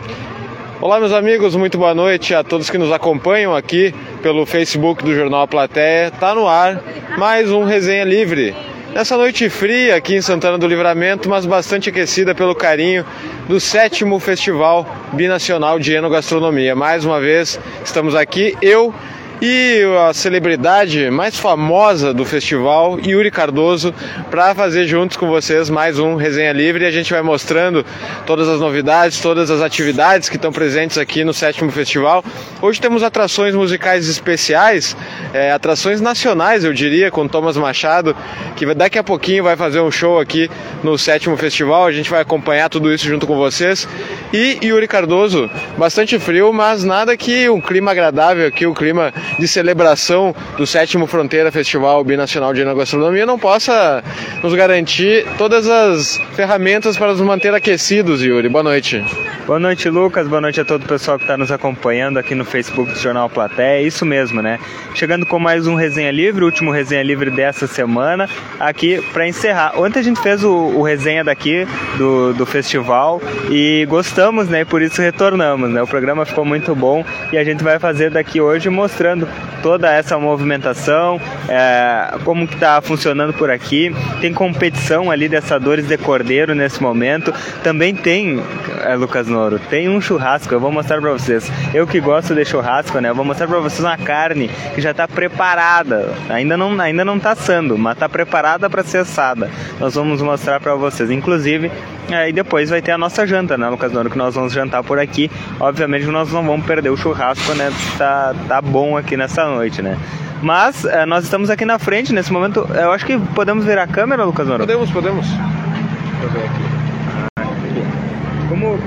Olá, meus amigos, muito boa noite a todos que nos acompanham aqui pelo Facebook do Jornal A Plateia. Tá no ar mais um Resenha Livre. Nessa noite fria aqui em Santana do Livramento, mas bastante aquecida pelo carinho do 7º Festival Binacional de Enogastronomia. Mais uma vez estamos aqui, eu e a celebridade mais famosa do festival, Yuri Cardoso, para fazer juntos com vocês mais um Resenha Livre. E a gente vai mostrando todas as novidades, todas as atividades que estão presentes aqui no 7º Festival. Hoje temos atrações musicais especiais, atrações nacionais, eu diria, com Thomas Machado, que daqui a pouquinho vai fazer um show aqui no 7º Festival. A gente vai acompanhar tudo isso junto com vocês. E Yuri Cardoso, bastante frio, mas nada que um clima agradável aqui, um clima de celebração do 7º Fronteira Festival Binacional de Enogastronomia não possa nos garantir todas as ferramentas para nos manter aquecidos, Yuri. Boa noite. Boa noite, Lucas. Boa noite a todo o pessoal que está nos acompanhando aqui no Facebook do Jornal A Plateia. É isso mesmo, né? Chegando com mais um Resenha Livre, o último Resenha Livre dessa semana, aqui para encerrar. Ontem a gente fez o resenha daqui do festival e gostamos, né? E por isso retornamos, né? O programa ficou muito bom e a gente vai fazer daqui hoje mostrando toda essa movimentação, como que está funcionando por aqui. Tem competição ali de assadores de cordeiro nesse momento. Também tem, Lucas Noro, tem um churrasco, eu vou mostrar para vocês. Eu que gosto de churrasco, né? Eu vou mostrar para vocês uma carne que já está preparada. Ainda não está assando, mas está preparada para ser assada. Nós vamos mostrar para vocês. Inclusive, e depois vai ter a nossa janta, né, Lucas Noro, que nós vamos jantar por aqui. Obviamente nós não vamos perder o churrasco, né? Tá bom aqui nessa noite, né? Mas nós estamos aqui na frente nesse momento. Eu acho que podemos ver a câmera, Lucas Noro? Podemos. Deixa eu ver aqui. Como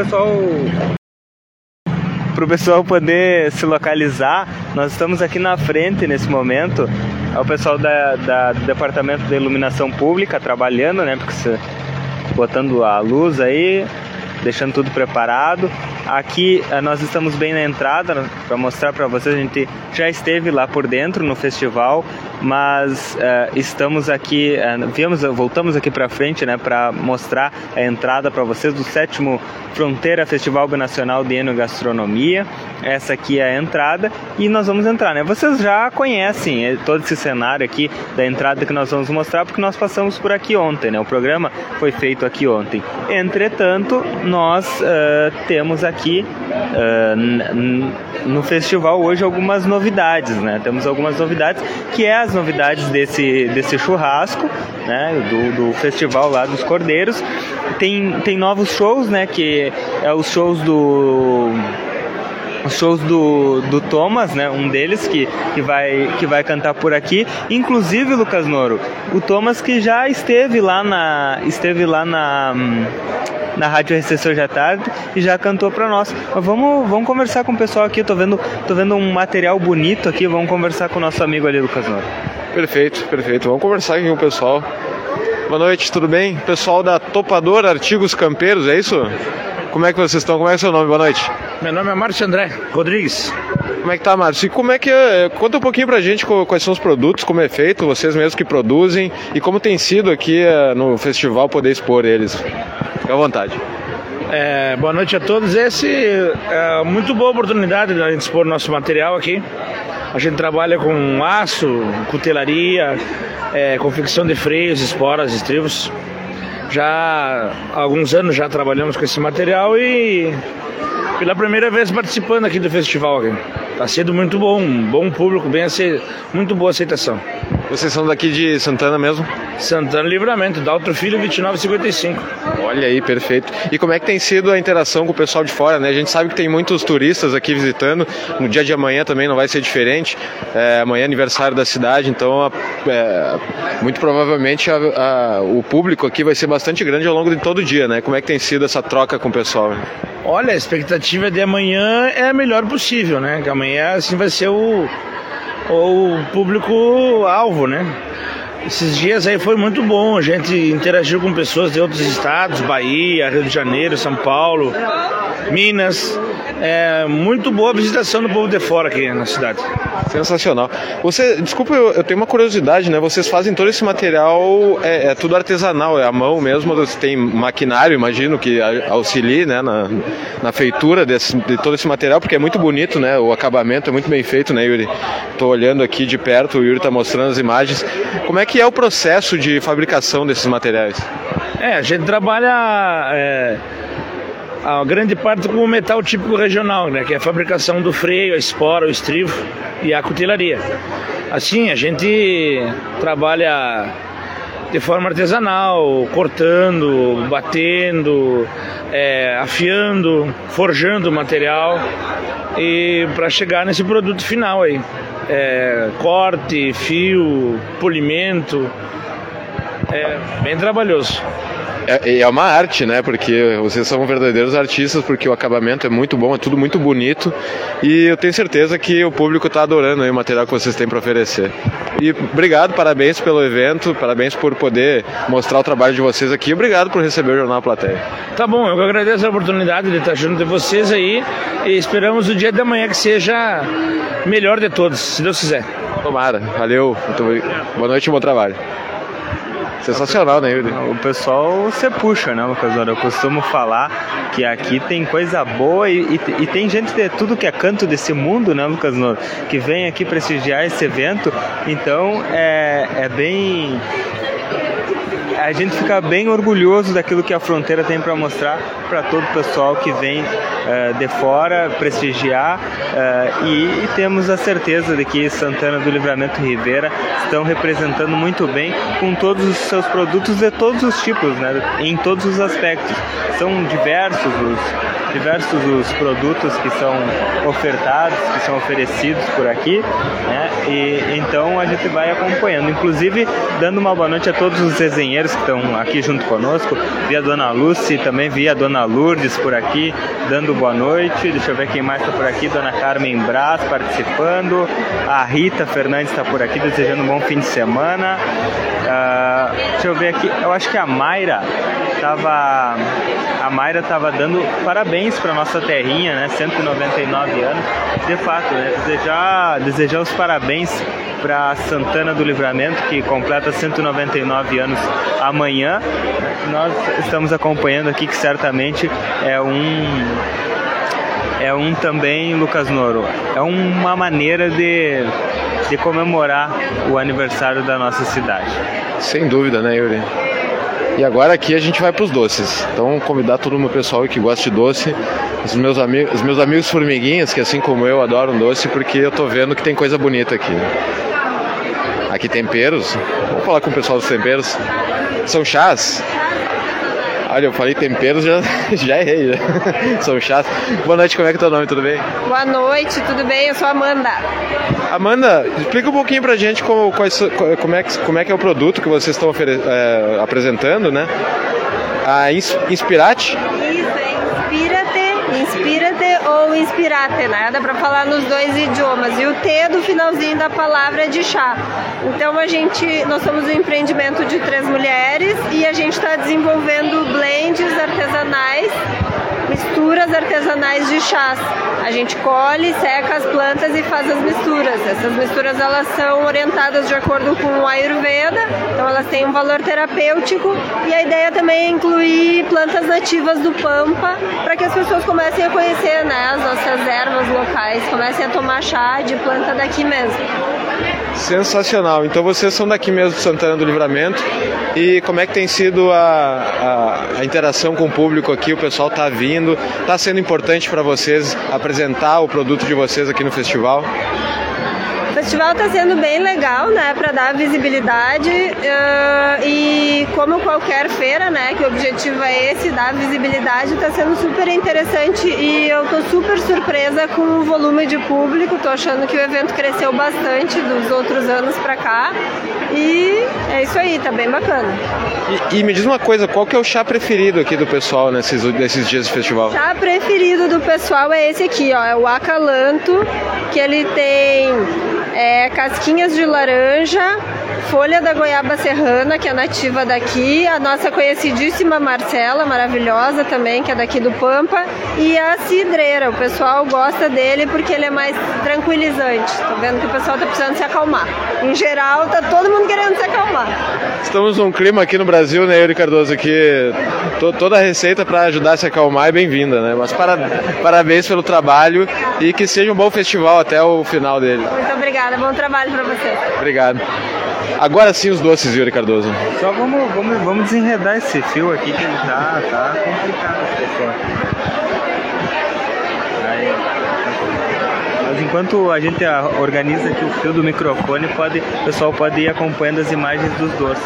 pro pessoal poder se localizar, nós estamos aqui na frente nesse momento. É o pessoal do Departamento de Iluminação Pública trabalhando, né? Porque botando a luz aí, deixando tudo preparado. Aqui nós estamos bem na entrada para mostrar para vocês. A gente já esteve lá por dentro no festival, mas estamos aqui, voltamos aqui para frente, né, para mostrar a entrada para vocês do 7º Fronteira Festival Binacional de Enogastronomia. Essa aqui é a entrada e nós vamos entrar, né? Vocês já conhecem todo esse cenário aqui da entrada que nós vamos mostrar, porque nós passamos por aqui ontem, né? O programa foi feito aqui ontem. Entretanto, nós temos aqui no festival hoje algumas novidades, né? Temos algumas novidades, que é as novidades desse churrasco, né? Do festival lá dos Cordeiros. Tem novos shows, né? Que é os shows do Thomas, né? Um deles que vai cantar por aqui. Inclusive, Lucas Noro, o Thomas que já esteve lá na Rádio RCC hoje à tarde e já cantou para nós. Mas vamos conversar com o pessoal aqui. Tô vendo um material bonito aqui. Vamos conversar com o nosso amigo ali, Lucas Noro. Perfeito. Vamos conversar aqui com o pessoal. Boa noite, tudo bem? Pessoal da Topador Artigos Campeiros, é isso? Como é que vocês estão? Como é o seu nome? Boa noite. Meu nome é Márcio André Rodrigues. Como é que tá, Márcio? E como é que conta um pouquinho pra gente quais são os produtos, como é feito, vocês mesmos que produzem e como tem sido aqui no festival poder expor eles. Fica à vontade. Boa noite a todos. Esse é muito boa oportunidade de a gente expor nosso material aqui. A gente trabalha com aço, cutelaria, confecção de freios, esporas, estribos. Já há alguns anos já trabalhamos com esse material e pela primeira vez participando aqui do festival. Está sendo muito bom, um bom público, muito boa aceitação. Vocês são daqui de Santana mesmo? Santana Livramento, Daltro Filho 2955. Olha aí, perfeito. E como é que tem sido a interação com o pessoal de fora, né? A gente sabe que tem muitos turistas aqui visitando, no dia de amanhã também não vai ser diferente. Amanhã é aniversário da cidade, então muito provavelmente o público aqui vai ser bastante grande ao longo de todo o dia, né? Como é que tem sido essa troca com o pessoal? Né? Olha, a expectativa de amanhã é a melhor possível, né? Que amanhã assim vai ser o público-alvo, né? Esses dias aí foi muito bom, a gente interagiu com pessoas de outros estados, Bahia, Rio de Janeiro, São Paulo, Minas, muito boa a visitação do povo de fora aqui na cidade. Sensacional. Desculpa, eu tenho uma curiosidade, né? Vocês fazem todo esse material, é tudo artesanal, é à mão mesmo, tem maquinário, imagino, que auxilie, né, na feitura de todo esse material, porque é muito bonito, né? O acabamento é muito bem feito, né, Yuri? Estou olhando aqui de perto, o Yuri está mostrando as imagens. Como é que é o processo de fabricação desses materiais? A gente trabalha a grande parte com o metal típico regional, né, que é a fabricação do freio, a espora, o estrivo e a cutelaria. Assim, a gente trabalha de forma artesanal, cortando, batendo, afiando, forjando o material e para chegar nesse produto final aí. Corte, fio, polimento, bem trabalhoso. É uma arte, né? Porque vocês são verdadeiros artistas, porque o acabamento é muito bom, é tudo muito bonito e eu tenho certeza que o público está adorando aí o material que vocês têm para oferecer. E obrigado, parabéns pelo evento, parabéns por poder mostrar o trabalho de vocês aqui, obrigado por receber o Jornal Plateia. Tá bom, eu agradeço a oportunidade de estar junto de vocês aí e esperamos o dia de amanhã que seja melhor de todos, se Deus quiser. Tomara, valeu, boa noite e bom trabalho. Sensacional, né, Yuri? O pessoal se puxa, né, Lucas? Eu costumo falar que aqui tem coisa boa e tem gente de tudo que é canto desse mundo, né, Lucas? Que vem aqui prestigiar esse evento. Então, é bem... A gente fica bem orgulhoso daquilo que a Fronteira tem para mostrar para todo o pessoal que vem de fora prestigiar e temos a certeza de que Santana do Livramento e Rivera estão representando muito bem com todos os seus produtos de todos os tipos, né, em todos os aspectos. São diversos os produtos que são ofertados, que são oferecidos por aqui, né? E então a gente vai acompanhando, inclusive dando uma boa noite a todos os desenheiros que estão aqui junto conosco. Vi a Dona Lucy, também vi a Dona Lourdes por aqui, dando boa noite. Deixa eu ver quem mais está por aqui. Dona Carmen Brás participando. A Rita Fernandes está por aqui, desejando um bom fim de semana. Deixa eu ver aqui, eu acho que a Mayra estava dando parabéns para nossa terrinha, né? 199 anos. De fato, né? Desejar os parabéns para Santana do Livramento, que completa 199 anos amanhã. Nós estamos acompanhando aqui, que certamente é um também, Lucas Noro, é uma maneira de comemorar o aniversário da nossa cidade. Sem dúvida, né, Yuri? E agora aqui a gente vai para os doces. Então, convidar todo o meu pessoal que gosta de doce, os meus amigos formiguinhas, que assim como eu adoram doce, porque eu tô vendo que tem coisa bonita aqui. Aqui temperos. Vamos falar com o pessoal dos temperos. São chás. Olha, eu falei temperos, já errei. São chás. Boa noite, como é que é o teu nome, tudo bem? Boa noite, tudo bem? Eu sou a Amanda. Amanda, explica um pouquinho pra gente como é que é o produto que vocês estão apresentando, né? A Inspirate? Isso, é Inspirate ou Inspirate, né? Dá pra falar nos dois idiomas. E o T do finalzinho da palavra é de chá. Então nós somos um empreendimento de 3 mulheres e a gente está desenvolvendo blends artesanais, misturas artesanais de chás. A gente colhe, seca as plantas e faz as misturas. Essas misturas elas são orientadas de acordo com o Ayurveda, então elas têm um valor terapêutico e a ideia também é incluir plantas nativas do Pampa para que as pessoas comecem a conhecer, né, as nossas ervas locais, comecem a tomar chá de planta daqui mesmo. Sensacional. Então vocês são daqui mesmo de Santana do Livramento. E como é que tem sido a interação com o público aqui? O pessoal está vindo, está sendo importante para vocês apresentar o produto de vocês aqui no festival? O festival está sendo bem legal, né, para dar visibilidade e como qualquer feira, né, que o objetivo é esse, dar visibilidade, está sendo super interessante e eu estou super surpresa com o volume de público. Estou achando que o evento cresceu bastante dos outros anos para cá e é isso aí, tá bem bacana. E me diz uma coisa, qual que é o chá preferido aqui do pessoal nesses dias de festival? O chá preferido do pessoal é esse aqui, ó, é o Acalanto, que ele tem casquinhas de laranja, folha da goiaba serrana, que é nativa daqui, a nossa conhecidíssima Marcela, maravilhosa também, que é daqui do Pampa, e a cidreira. O pessoal gosta dele porque ele é mais tranquilizante. Tô vendo que o pessoal tá precisando se acalmar. Em geral, tá todo mundo querendo se acalmar. Estamos num clima aqui no Brasil, né, Yuri Cardoso, que toda a receita para ajudar a se acalmar é bem-vinda, né? Mas parabéns pelo trabalho e que seja um bom festival até o final dele. Muito obrigada, bom trabalho para você. Obrigado. Agora sim os doces, Yuri Cardoso. Só vamos desenredar esse fio aqui que ele tá complicado, pessoal. Aí, mas enquanto a gente organiza aqui o fio do microfone, o pessoal pode ir acompanhando as imagens dos doces.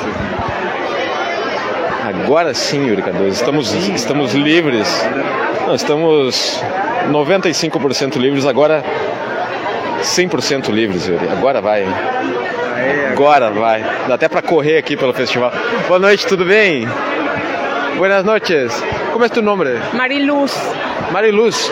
Agora sim, Yuri Cardoso, estamos livres. Não, estamos 95% livres, agora 100% livres, Yuri. Agora vai. Agora vai. Dá até para correr aqui pelo festival. Boa noite, tudo bem? Buenas noches. Como é tu nome? Mariluz. Mariluz.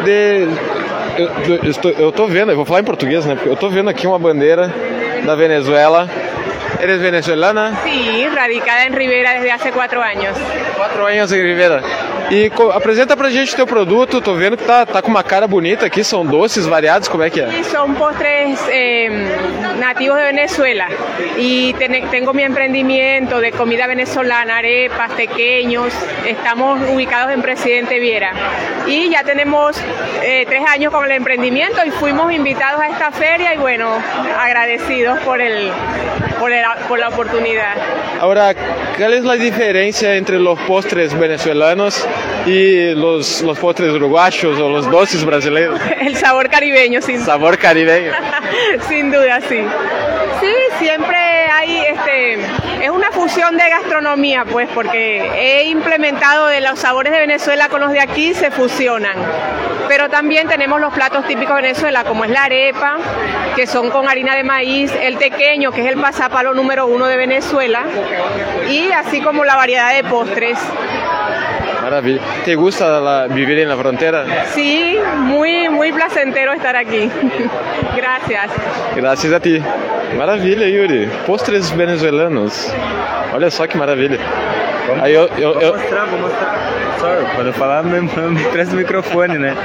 Eu tô vendo, eu vou falar em português, né? Porque eu tô vendo aqui uma bandeira da Venezuela. ¿Eres venezolana? Sí, radicada en Rivera desde hace 4 años. 4 anos em Rivera. E apresenta pra gente o teu produto, tô vendo que tá com uma cara bonita aqui, são doces variados, como é que é? Sí, son postres nativos de Venezuela y tengo mi emprendimiento de comida venezolana, arepas, pequeños, estamos ubicados en Presidente Viera y ya tenemos 3 años con el emprendimiento y fuimos invitados a esta feria y bueno, agradecidos por la oportunidad. Ahora, ¿cuál es la diferencia entre los postres venezolanos y los postres uruguayos o los doces brasileños? El sabor caribeño, sin duda. Sabor caribeño. Sin duda, sí. Sí, siempre hay, es una fusión de gastronomía, pues, porque he implementado de los sabores de Venezuela con los de aquí, se fusionan. Pero también tenemos los platos típicos de Venezuela, como es la arepa, que son con harina de maíz, el tequeño, que es el pasapalo número 1 de Venezuela, y así como la variedad de postres. Maravilha. ¿Te gusta vivir en la frontera? Sí, muy, muy placentero estar aquí. Gracias. Graças a ti. Maravilha, Yuri. Postres venezuelanos. Olha só que maravilha. Vou mostrar. Sorry, quando eu falar, me presta o microfone, né?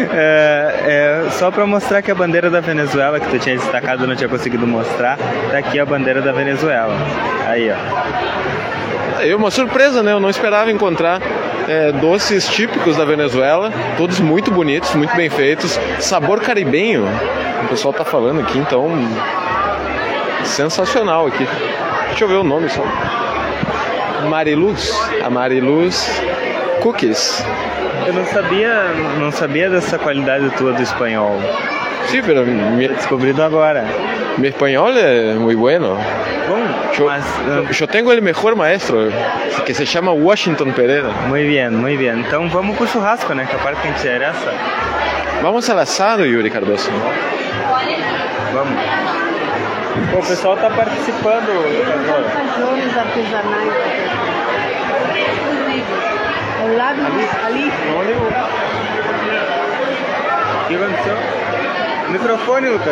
Só para mostrar que a bandeira da Venezuela, que tu tinha destacado e não tinha conseguido mostrar, tá aqui a bandeira da Venezuela. Aí, ó. É uma surpresa, né? Eu não esperava encontrar doces típicos da Venezuela, todos muito bonitos, muito bem feitos, sabor caribenho, o pessoal tá falando aqui, então sensacional aqui. Deixa eu ver o nome só. Mariluz, a Mariluz Cookies. Eu não sabia dessa qualidade tua do espanhol. Sí, pero descubrido agora. Mi español es muy bueno. Yo tengo el mejor maestro, que se llama Washington Pereira. Muy bien, muy bien. Então vamos pro churrasco, né? Que a parte que a gente interessa. Vamos al asado, Yuri Cardoso. Vamos. Pô, o pessoal tá participando. Alfajores artesanais. Ao lado ali. O que aconteceu? Microfone, Lucas.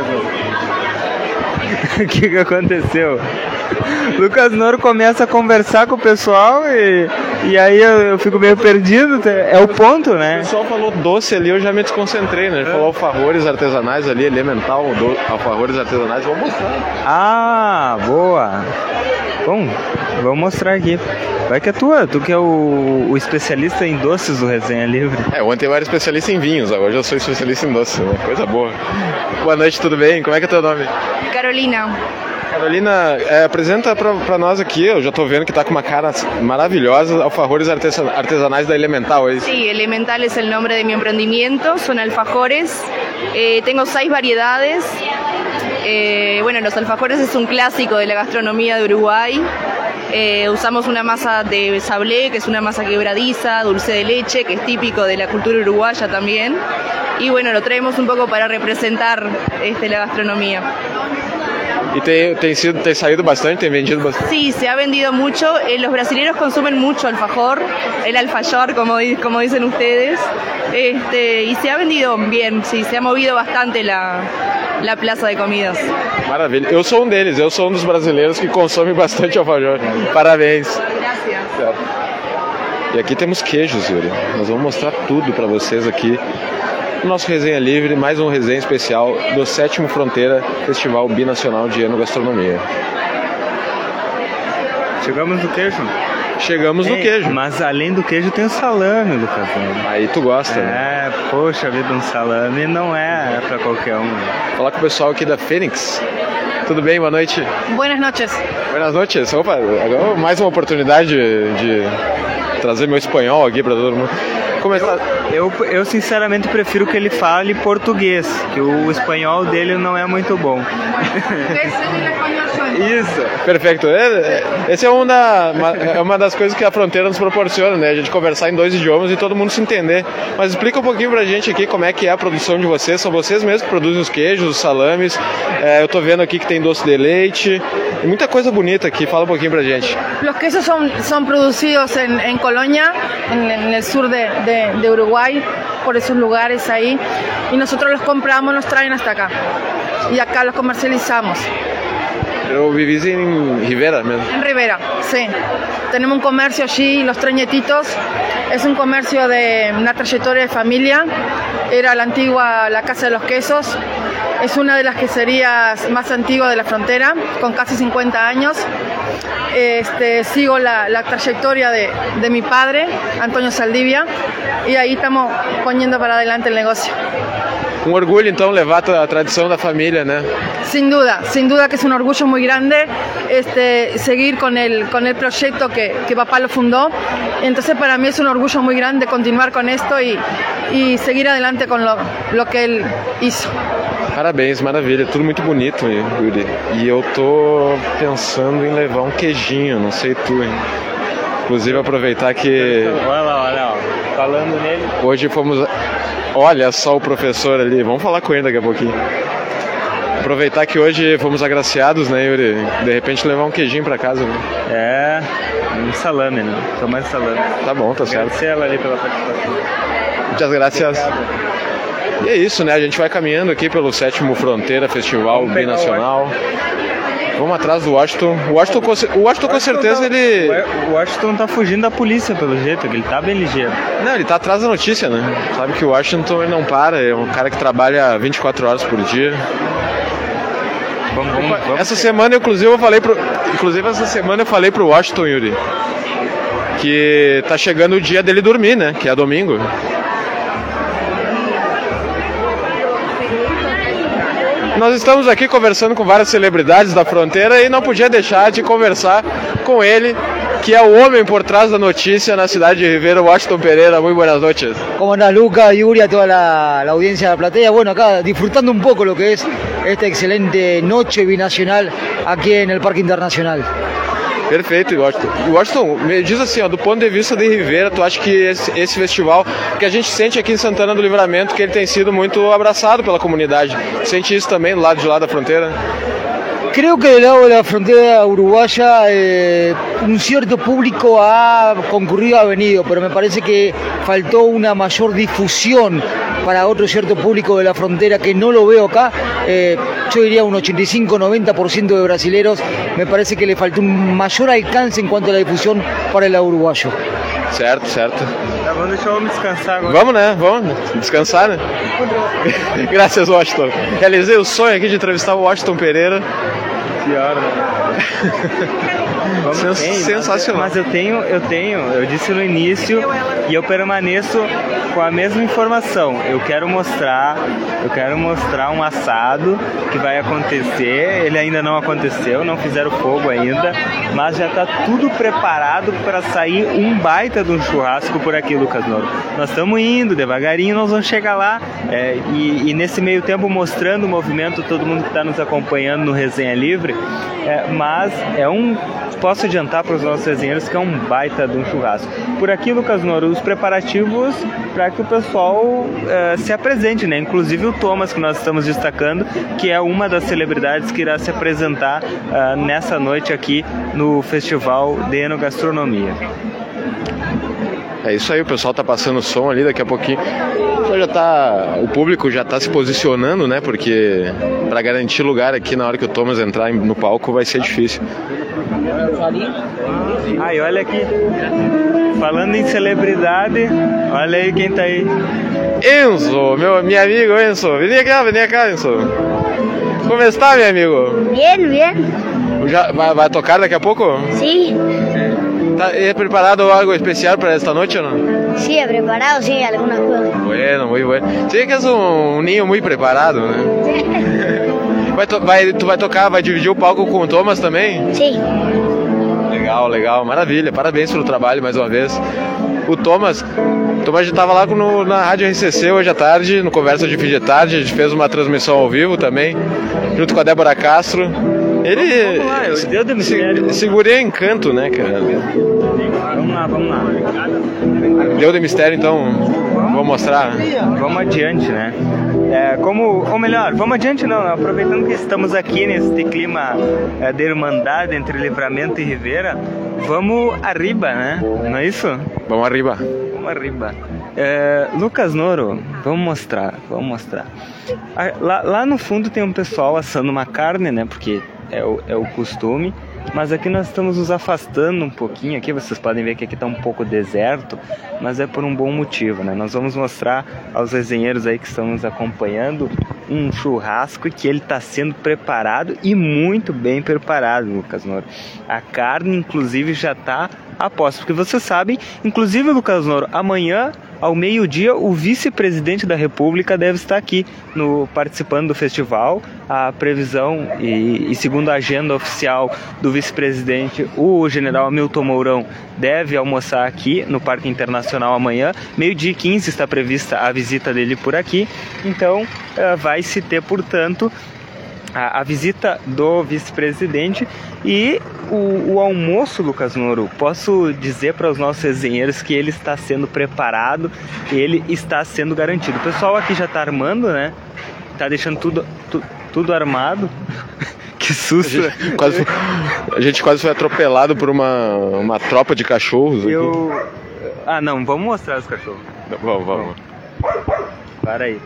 O que aconteceu? Lucas Noro começa a conversar com o pessoal e aí eu fico meio perdido. É o ponto, né? O pessoal falou doce ali, eu já me desconcentrei, né? Ele falou alfajores artesanais ali, elemental, alfajores artesanais. Vou mostrar. Ah, boa. Bom, vou mostrar aqui. Vai que é tu que é o especialista em doces do Resenha Livre. Ontem eu era especialista em vinhos, hoje eu sou especialista em doces, né? Coisa boa. Boa noite, tudo bem? Como é que é teu nome? Carolina. Carolina, apresenta pra nós aqui, eu já tô vendo que tá com uma cara maravilhosa, alfajores artesanais da Elemental, ¿es? Sí, Elemental es el nombre de mi emprendimiento, son alfajores, tengo 6 variedades. Bueno, los alfajores es un clásico de la gastronomía de Uruguay. Usamos una masa de sablé, que es una masa quebradiza, dulce de leche, que es típico de la cultura uruguaya también. Y bueno, lo traemos un poco para representar la gastronomía. ¿Y te ha salido bastante? ¿Te han vendido bastante? Sí, se ha vendido mucho. Los brasileños consumen mucho alfajor, el alfajor, como dicen ustedes. Y se ha vendido bien, sí, se ha movido bastante la plaza de comidas. Maravilha. Eu sou um deles, eu sou um dos brasileiros que consome bastante alfajor. Parabéns. Gracias. E aqui temos queijos, Yuri. Nós vamos mostrar tudo para vocês aqui no nosso Resenha Livre, mais um resenha especial do 7º Fronteira Festival Binacional de Enogastronomia. Chegamos no queijo? Chegamos no queijo. Mas além do queijo tem o salame, Lucas. Aí tu gosta, né? Poxa vida, um salame não é pra qualquer um. Falar com o pessoal aqui da Fênix. Tudo bem? Boa noite. Buenas noches. Buenas noches. Opa, agora mais uma oportunidade de trazer meu espanhol aqui pra todo mundo. Começar. Eu sinceramente prefiro que ele fale português, que o espanhol dele não é muito bom. Isso, perfeito. Essa é uma das coisas que a fronteira nos proporciona, né? A gente conversar em 2 idiomas e todo mundo se entender. Mas explica um pouquinho pra gente aqui como é que é a produção de vocês. São vocês mesmos que produzem os queijos, os salames. Eu tô vendo aqui que tem doce de leite. E muita coisa bonita aqui. Fala um pouquinho pra gente. Los quesos son producidos en Colonia, en el sur de Uruguay, por esos lugares ahí. Y nosotros los compramos, nos traen hasta acá. Y acá los comercializamos. Eu vivi em Rivera mesmo. En Rivera, sí. Tenemos un comercio allí, Los Tres Nietitos. Es un comercio de una trayectoria de familia. Era la antigua La Casa de los Quesos. Es una de las queserías más antiguas de la frontera, con casi 50 años. Sigo la trayectoria de mi padre, Antonio Saldivia, y ahí estamos poniendo para adelante el negocio. Um orgulho, então, levar a tradição da família, né? Sin duda que es un orgullo muy grande seguir con el proyecto que papá lo fundó. Entonces para mí es un orgullo muy grande continuar con esto y seguir adelante con lo que él hizo. Parabéns, maravilha, tudo muito bonito, Yuri. E eu tô pensando em levar um queijinho, não sei tu, hein? Inclusive aproveitar que... Olha lá, falando nele. Hoje fomos... Olha só o professor ali, vamos falar com ele daqui a pouquinho. Aproveitar que hoje fomos agraciados, né, Yuri? De repente levar um queijinho pra casa, né? Um salame, né? Só mais salame. Tá bom, tá certo. Agradecer ela ali pela participação. Muitas gracias. E é isso, né? A gente vai caminhando aqui pelo 7º Fronteira Festival Binacional. Vamos atrás do Washington. O Washington com certeza ele... O Washington tá fugindo da polícia pelo jeito, que ele tá bem ligeiro. Não, ele tá atrás da notícia, né? Sabe que o Washington ele não para, é um cara que trabalha 24 horas por dia. Vamos. Essa semana, inclusive, eu falei pro Washington, Yuri, que tá chegando o dia dele dormir, né? Que é domingo. Nós estamos aqui conversando com várias celebridades da fronteira e não podia deixar de conversar com ele, que é o homem por trás da notícia na cidade de Rivera, Washington Pereira. Muy buenas noches. ¿Cómo andás, Luca, Yuri, a toda la audiencia de la platea? Bueno, acá disfrutando un poco lo que es esta excelente noche binacional aquí en el Parque Internacional. Perfeito, Washington. Washington, me diz assim, ó, do ponto de vista de Rivera, tu acha que esse festival, que a gente sente aqui em Santana do Livramento, que ele tem sido muito abraçado pela comunidade, sente isso também do lado de lá da fronteira? Creo que del lado de la frontera uruguaya un cierto público ha concurrido, ha venido, pero me parece que faltó una mayor difusión para otro cierto público de la frontera que no lo veo acá. Yo diría un 85-90% de brasileros, me parece que le faltó un mayor alcance en cuanto a la difusión para el lado uruguayo. Certo. Tá bom, deixa eu descansar agora. Vamos, né? Vamos descansar, né? Graças, Washington. Realizei o sonho aqui de entrevistar o Washington Pereira. Pior, né? Sensacional. Mas eu disse no início e eu permaneço com a mesma informação. Eu quero mostrar um assado que vai acontecer. Ele ainda não aconteceu, não fizeram fogo ainda, mas já está tudo preparado para sair um baita de um churrasco por aqui, Lucas Noro. Nós estamos indo devagarinho, nós vamos chegar lá e nesse meio tempo mostrando o movimento, todo mundo que está nos acompanhando no Resenha Livre, mas posso adiantar para os nossos resenheiros que é um baita de um churrasco. Por aqui, Lucas Noro, os preparativos para que o pessoal se apresente, né? Inclusive o Thomas, que nós estamos destacando, que é uma das celebridades que irá se apresentar nessa noite aqui no Festival de Enogastronomia. É isso aí, o pessoal tá passando o som ali, daqui a pouquinho o público já tá se posicionando, né? Porque para garantir lugar aqui na hora que o Thomas entrar no palco vai ser difícil. Ai, olha aqui, falando em celebridade, olha aí quem tá aí. Enzo, meu amigo Enzo, vem cá Enzo. Como está, meu amigo? Bien. Já vai tocar daqui a pouco? Sí. ¿Está preparado algo especial para esta noche o no? Sí, he preparado, sí, algunas cosas. Bueno, muy bueno. Sí que es un niño muy preparado, né? Tu vai tocar, vai dividir o palco com o Thomas também? Sí. Legal, maravilha. Parabéns pelo trabalho mais uma vez. O Thomas já estava lá na Rádio RCC hoje à tarde, no Conversa de Fim de Tarde. A gente fez uma transmissão ao vivo também, junto com a Débora Castro. Ele segurei encanto, né, cara? Vamos lá. Deu de mistério, então vou mostrar. Vamos adiante, né? Vamos adiante não, aproveitando que estamos aqui nesse clima de irmandade entre Livramento e Rivera, vamos arriba, né? Não é isso? Vamos arriba. Lucas Noro, vamos mostrar. Lá no fundo tem um pessoal assando uma carne, né? Porque é o costume. Mas aqui nós estamos nos afastando um pouquinho aqui, vocês podem ver que aqui está um pouco deserto, mas é por um bom motivo, né? Nós vamos mostrar aos resenheiros aí que estão nos acompanhando um churrasco que ele está sendo preparado e muito bem preparado, Lucas Noro. A carne, inclusive, já está a posto, porque vocês sabem, inclusive, Lucas Noro, amanhã, ao meio-dia, o vice-presidente da República deve estar aqui participando do festival. A previsão e segundo a agenda oficial do vice-presidente, o general Hamilton Mourão deve almoçar aqui no Parque Internacional amanhã. 12h15 está prevista a visita dele por aqui. Então, vai se ter, portanto, a visita do vice-presidente e o almoço, Lucas Noro. Posso dizer para os nossos resenheiros que ele está sendo preparado, ele está sendo garantido. O pessoal aqui já está armando, né? Tá deixando tudo armado. Que susto! A gente quase foi atropelado por uma tropa de cachorros. Ah, não, vamos mostrar os cachorros. Vamos. Para aí.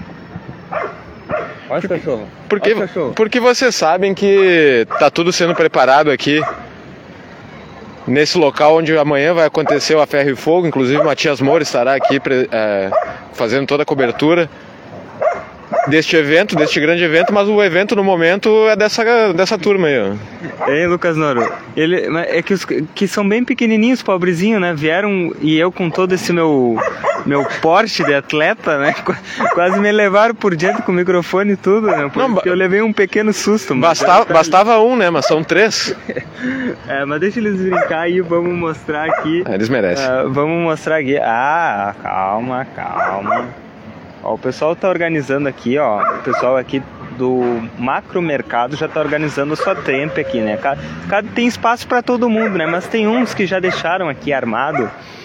Olha os cachorros. Porque vocês sabem que tá tudo sendo preparado aqui nesse local onde amanhã vai acontecer o A Ferro e Fogo. Inclusive o Matias Moura estará aqui fazendo toda a cobertura deste grande evento, mas o evento no momento é dessa turma aí, ó. Ei, Lucas Noro, é que os que são bem pequenininhos, pobrezinhos, né, vieram, e eu com todo esse meu porte de atleta, né, quase me levaram por diante com o microfone e tudo, né, porque eu levei um pequeno susto. Bastava um, né, mas são 3. Mas deixa eles brincar aí, vamos mostrar aqui. Eles merecem. Vamos mostrar aqui. Calma. Ó, o pessoal tá organizando aqui, ó. O pessoal aqui do macro mercado já tá organizando a sua temp aqui, né? Tem espaço para todo mundo, né? Mas tem uns que já deixaram aqui armado.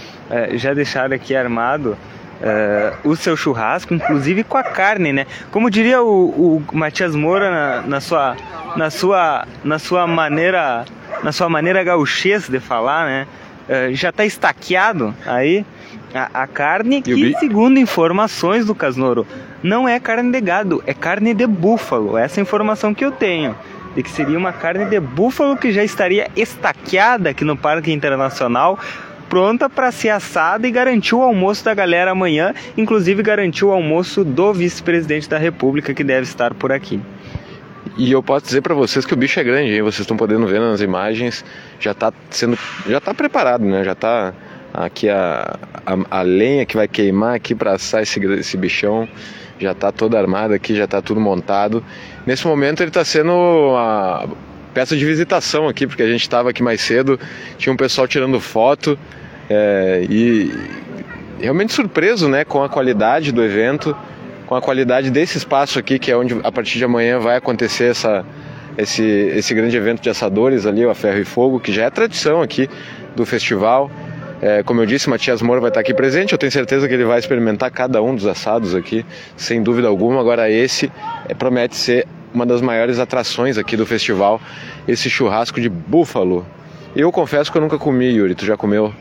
O seu churrasco, inclusive com a carne, né? Como diria o Matias Moura na sua maneira gauchês de falar, né? Já tá estaqueado aí a carne que, segundo informações do Lucas Noro, não é carne de gado, é carne de búfalo. Essa é a informação que eu tenho, de que seria uma carne de búfalo que já estaria estaqueada aqui no Parque Internacional, pronta para ser assada, e garantiu o almoço da galera amanhã, inclusive garantiu o almoço do vice-presidente da República, que deve estar por aqui. E eu posso dizer para vocês que o bicho é grande, hein? Vocês estão podendo ver nas imagens, já tá preparado, né? Já tá aqui a lenha que vai queimar aqui para assar esse bichão, já tá toda armada aqui, já tá tudo montado. Nesse momento ele tá sendo a peça de visitação aqui, porque a gente estava aqui mais cedo, tinha um pessoal tirando foto, e realmente surpreso, né, com a qualidade do evento, com a qualidade desse espaço aqui, que é onde a partir de amanhã vai acontecer esse grande evento de assadores ali, o A Ferro e Fogo, que já é tradição aqui do festival. Como eu disse, Matias Moura vai estar aqui presente, eu tenho certeza que ele vai experimentar cada um dos assados aqui, sem dúvida alguma. Agora esse promete ser uma das maiores atrações aqui do festival, esse churrasco de búfalo. Eu confesso que eu nunca comi, Yuri, tu já comeu?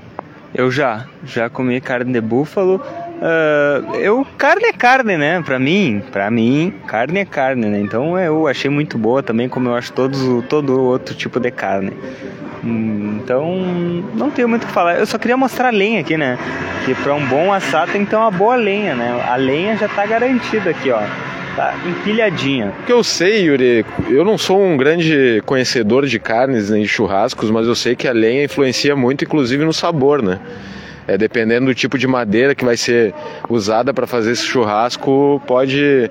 Eu já comi carne de búfalo. Carne é carne, né? Pra mim, carne é carne, né? Então eu achei muito boa também, como eu acho todo outro tipo de carne. Então, não tenho muito o que falar. Eu só queria mostrar a lenha aqui, né? Que pra um bom assar tem que ter uma boa lenha, né? A lenha já tá garantida aqui, ó. Tá empilhadinha. O que eu sei, Yuri, eu não sou um grande conhecedor de carnes nem de churrascos, mas eu sei que a lenha influencia muito, inclusive no sabor, né? Dependendo do tipo de madeira que vai ser usada para fazer esse churrasco, pode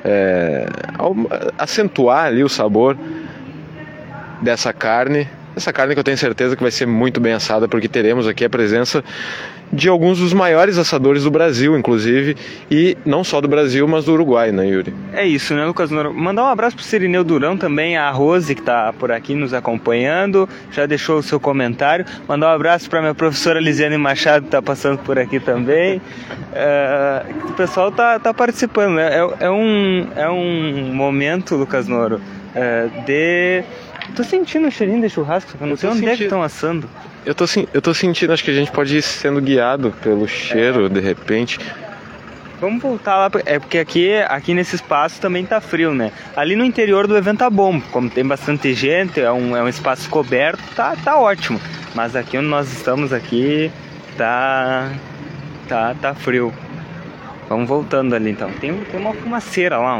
acentuar ali o sabor dessa carne. Essa carne que eu tenho certeza que vai ser muito bem assada, porque teremos aqui a presença de alguns dos maiores assadores do Brasil, inclusive, e não só do Brasil, mas do Uruguai, né, Yuri? É isso, né, Lucas Noro? Mandar um abraço pro Cirineu Durão também, a Rose, que tá por aqui nos acompanhando, já deixou o seu comentário. Mandar um abraço para minha professora Lisiane Machado, que tá passando por aqui também. O pessoal tá participando, né? É um momento, Lucas Noro, Tô sentindo um cheirinho de churrasco, só que eu não sei onde é que estão assando. Eu tô sentindo, acho que a gente pode ir sendo guiado pelo cheiro, de repente. Vamos voltar lá, porque aqui nesse espaço também tá frio, né? Ali no interior do evento tá bom, como tem bastante gente, é um espaço coberto, tá ótimo. Mas aqui onde nós estamos aqui, tá frio. Vamos voltando ali então. Tem uma fumaceira lá,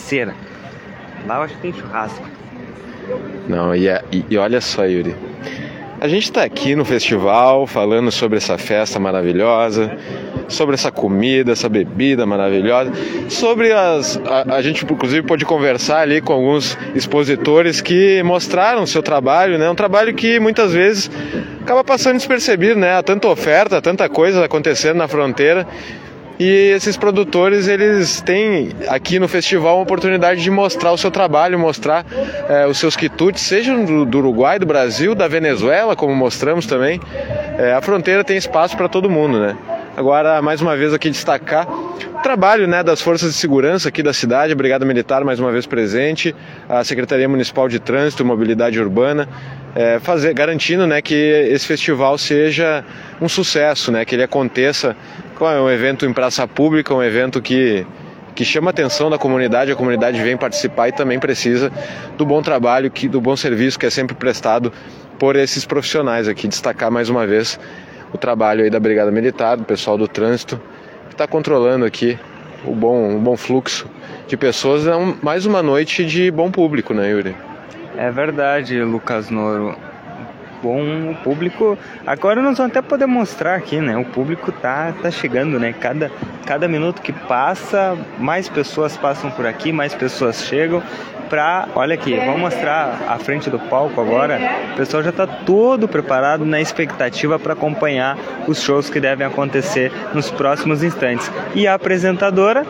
Lá eu acho que tem churrasco. Não, e olha só, Yuri, a gente está aqui no festival falando sobre essa festa maravilhosa, sobre essa comida, essa bebida maravilhosa, sobre a gente inclusive pôde conversar ali com alguns expositores que mostraram o seu trabalho, né? Um trabalho que muitas vezes acaba passando despercebido, né? Há tanta oferta, tanta coisa acontecendo na fronteira. E esses produtores, eles têm aqui no festival uma oportunidade de mostrar o seu trabalho, mostrar os seus quitutes, seja do Uruguai, do Brasil, da Venezuela, como mostramos também. A fronteira tem espaço para todo mundo, né? Agora, mais uma vez aqui destacar o trabalho, né, das forças de segurança aqui da cidade, a Brigada Militar mais uma vez presente, a Secretaria Municipal de Trânsito e Mobilidade Urbana, garantindo, né, que esse festival seja um sucesso, né, que ele aconteça. É um evento em praça pública, um evento que chama a atenção da comunidade, a comunidade vem participar e também precisa do bom trabalho, do bom serviço que é sempre prestado por esses profissionais aqui. Destacar mais uma vez o trabalho aí da Brigada Militar, do pessoal do trânsito, que está controlando aqui o bom fluxo de pessoas. É mais uma noite de bom público, né, Yuri? É verdade, Lucas Noro. Bom, o público, agora nós vamos até poder mostrar aqui, né? O público tá chegando, né? Cada minuto que passa, mais pessoas passam por aqui, mais pessoas chegam olha aqui, vamos mostrar a frente do palco agora. O pessoal já está todo preparado na expectativa para acompanhar os shows que devem acontecer nos próximos instantes. E a apresentadora,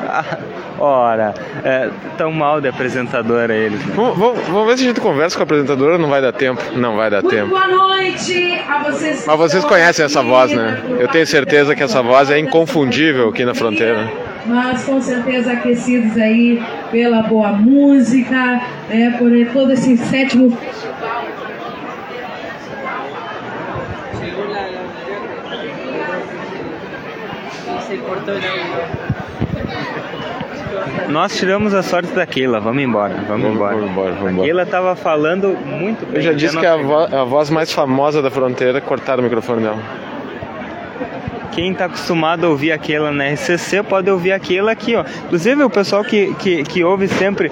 tão mal de apresentadora eles, né? Vamos ver se a gente conversa com a apresentadora. Não vai dar tempo. Boa noite a vocês. Mas vocês conhecem essa voz, né? Eu tenho certeza que essa voz é inconfundível aqui na fronteira. Mas com certeza aquecidos aí pela boa música, por todo esse sétimo. Nós tiramos a sorte da Keila, vamos embora. A Keila estava falando muito bem. Eu já disse que é a voz mais famosa da fronteira. Cortaram o microfone dela. Quem está acostumado a ouvir a Keila na RCC pode ouvir a Keila aqui, ó. Inclusive o pessoal que ouve sempre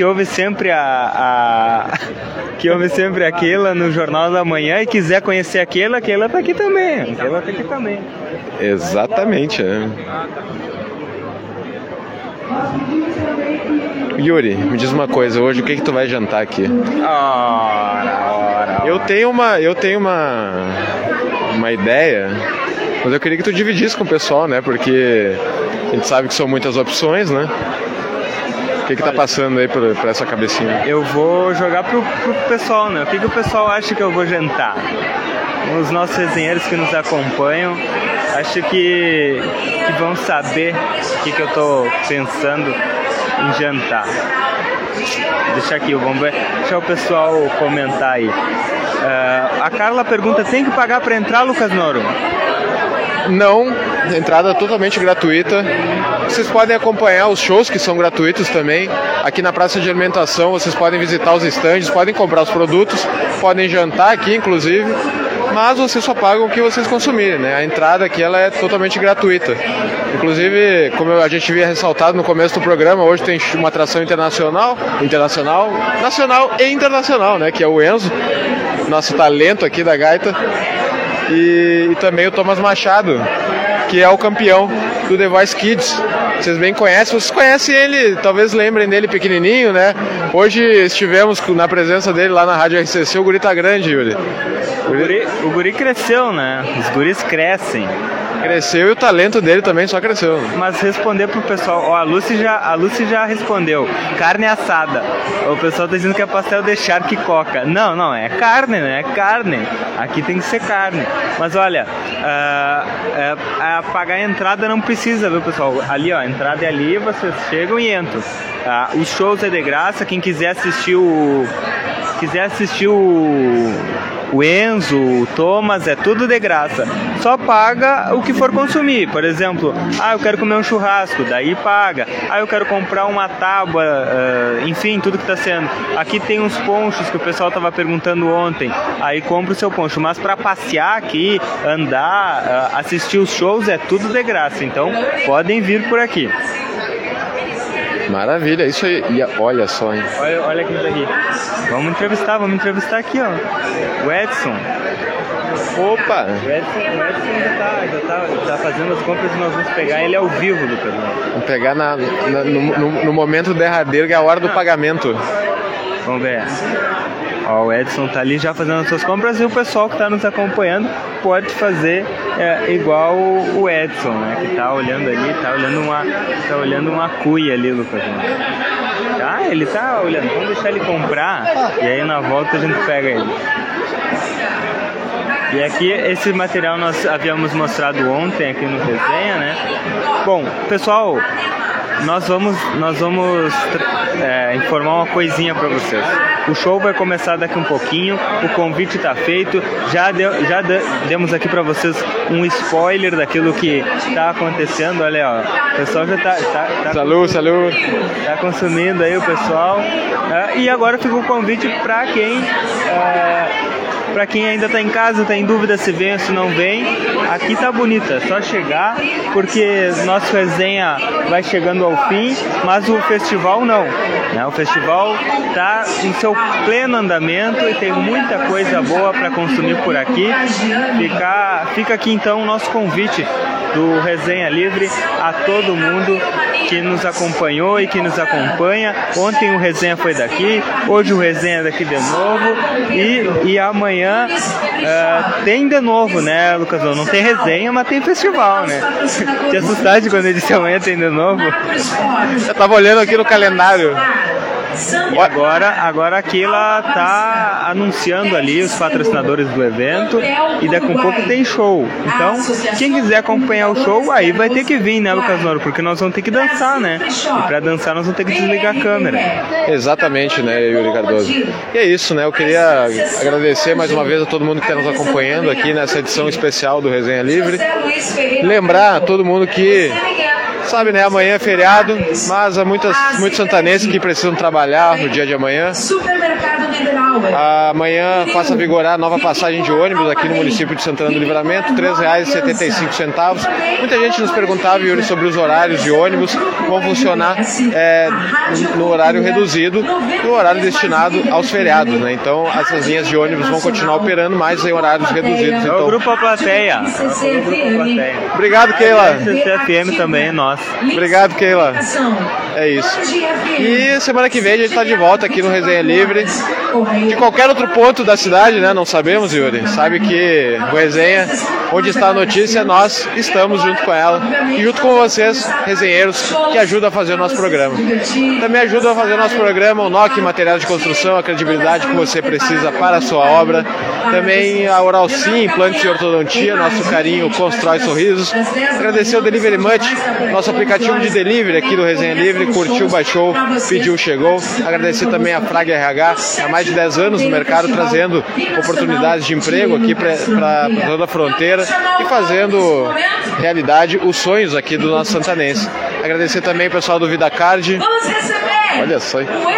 a Keila no Jornal da Manhã e quiser conhecer a Keila está aqui também. Exatamente, né? Yuri, me diz uma coisa, hoje o que tu vai jantar aqui? Eu tenho uma ideia, mas eu queria que tu dividisse com o pessoal, né? Porque a gente sabe que são muitas opções, né? O que tá passando aí por essa cabecinha? Eu vou jogar pro pessoal, né? O que o pessoal acha que eu vou jantar? Os nossos resenheiros que nos acompanham, acho que vão saber o que eu tô pensando em jantar. Deixa aqui, vamos ver. Deixa o pessoal comentar aí. A Carla pergunta, tem que pagar para entrar, Lucas Noro? Não, entrada totalmente gratuita. Vocês podem acompanhar os shows que são gratuitos também. Aqui na praça de alimentação vocês podem visitar os estandes, podem comprar os produtos, podem jantar aqui inclusive, mas vocês só pagam o que vocês consumirem, né? A entrada aqui ela é totalmente gratuita. Inclusive, como a gente havia ressaltado no começo do programa, hoje tem uma atração nacional e internacional, né? Que é o Enzo, nosso talento aqui da gaita. E também o Thomas Machado, que é o campeão do The Voice Kids. Vocês bem conhecem, vocês conhecem ele, talvez lembrem dele pequenininho, né? Hoje estivemos na presença dele lá na Rádio RCC, o guri tá grande, Yuri. O guri cresceu, né? Os guris crescem. Cresceu e o talento dele também só cresceu. Mas responder pro pessoal, ó, a Lucy já respondeu, carne assada. O pessoal tá dizendo que é pastel de charque e coca. Não, é carne, né? É carne. Aqui tem que ser carne. Mas olha, pagar a entrada não precisa, viu, pessoal? Ali, ó, a entrada é ali, vocês chegam e entram. Os shows é de graça, quem quiser assistir o Enzo, o Thomas, é tudo de graça. Só paga o que for consumir. Por exemplo, eu quero comer um churrasco, daí paga. Eu quero comprar uma tábua, enfim, tudo que está sendo. Aqui tem uns ponchos que o pessoal estava perguntando ontem. Aí compra o seu poncho. Mas para passear aqui, andar, assistir os shows, é tudo de graça. Então, podem vir por aqui. Maravilha, isso aí. E olha só, hein? Olha quem tá aqui. Vamos entrevistar aqui, ó. O Edson. Opa! O Edson já tá fazendo as compras e nós vamos pegar ele ao vivo, Lucas. Vamos pegar no momento derradeiro, que é a hora do pagamento. Vamos ver. Ó, o Edson tá ali já fazendo as suas compras e o pessoal que tá nos acompanhando pode fazer igual o Edson, né? Que tá olhando ali, tá olhando uma cuia ali, Lucas. Ele tá olhando, vamos deixar ele comprar e aí na volta a gente pega ele. E aqui esse material nós havíamos mostrado ontem aqui no Resenha, né? Bom, pessoal, nós vamos informar uma coisinha para vocês. O show vai começar daqui um pouquinho, o convite está feito, já demos aqui para vocês um spoiler daquilo que está acontecendo. Olha, ó, o pessoal já tá Salud. Tá consumindo aí o pessoal. E agora fica o convite para quem ainda está em casa, está em dúvida se vem ou se não vem. Aqui tá bonita, é só chegar, porque nosso resenha vai chegando ao fim, mas o festival não, né? O festival tá em seu pleno andamento e tem muita coisa boa para consumir por aqui. Fica aqui então o nosso convite do Resenha Livre a todo mundo que nos acompanhou e que nos acompanha. Ontem o Resenha foi daqui, hoje o Resenha é daqui de novo e amanhã tem de novo, né, Lucas? Não tem resenha, mas tem festival, né? Te assustaste quando eu disse amanhã tem de novo? Eu tava olhando aqui no calendário. E agora aqui ela tá anunciando ali os patrocinadores do evento e daqui a pouco tem show. Então, quem quiser acompanhar o show, aí vai ter que vir, né, Lucas Noro? Porque nós vamos ter que dançar, né? E pra dançar nós vamos ter que desligar a câmera. Exatamente, né, Yuri Cardoso? E é isso, né? Eu queria agradecer mais uma vez a todo mundo que está nos acompanhando aqui nessa edição especial do Resenha Livre. Lembrar a todo mundo que sabe, né, amanhã é feriado, mas há muitos santanenses que precisam trabalhar no dia de amanhã. Amanhã passa a vigorar a nova passagem de ônibus aqui no município de Santana do Livramento, R$ 3,75. Muita gente nos perguntava, Yuri, sobre os horários de ônibus, vão funcionar no horário reduzido, no horário destinado aos feriados, né? Então essas linhas de ônibus vão continuar operando, mas em horários reduzidos. Então, é o Grupo A Plateia. Obrigado, Keila. CFM também é nosso. Obrigado, Keila. É isso. E semana que vem a gente tá de volta aqui no Resenha Livre. De qualquer outro ponto da cidade, né? Não sabemos, Yuri. Sabe que o Resenha, onde está a notícia, nós estamos junto com ela. E junto com vocês, resenheiros, que ajudam a fazer o nosso programa. Também ajudam a fazer o nosso programa o NOC Materiais de Construção, a credibilidade que você precisa para a sua obra. Também a Oral Sim, implantes e ortodontia, nosso carinho constrói sorrisos. Agradecer ao Delivery Much, nosso aplicativo de delivery aqui do Resenha Livre, curtiu, baixou, pediu, chegou. Agradecer também a Frag RH, há mais de 10 anos no mercado, trazendo oportunidades de emprego aqui para toda a fronteira e fazendo realidade os sonhos aqui do nosso santanense. Agradecer também o pessoal do VidaCard. Olha só.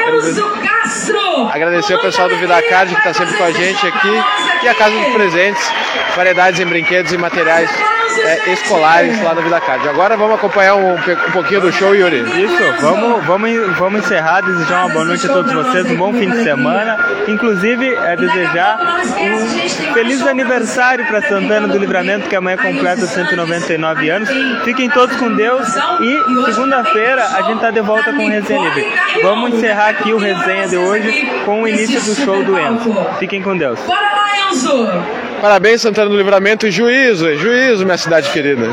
Agradecer o pessoal do VidaCard que está sempre com a gente aqui. E a Casa dos Presentes, variedades em brinquedos e materiais escolares lá da VidaCard. Agora vamos acompanhar um pouquinho do show, Yuri. Isso, vamos encerrar, desejar uma boa noite a todos vocês, um bom fim de semana. Inclusive, desejar um feliz aniversário para Santana do Livramento, que amanhã completa 199 anos. Fiquem todos com Deus e segunda-feira a gente está de volta com o Resenha Livre. Vamos encerrar aqui o Resenha de hoje com o início do show do Enzo. Fiquem com Deus. Parabéns, Santana do Livramento, e juízo, minha cidade querida.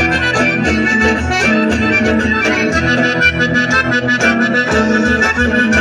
Thank you.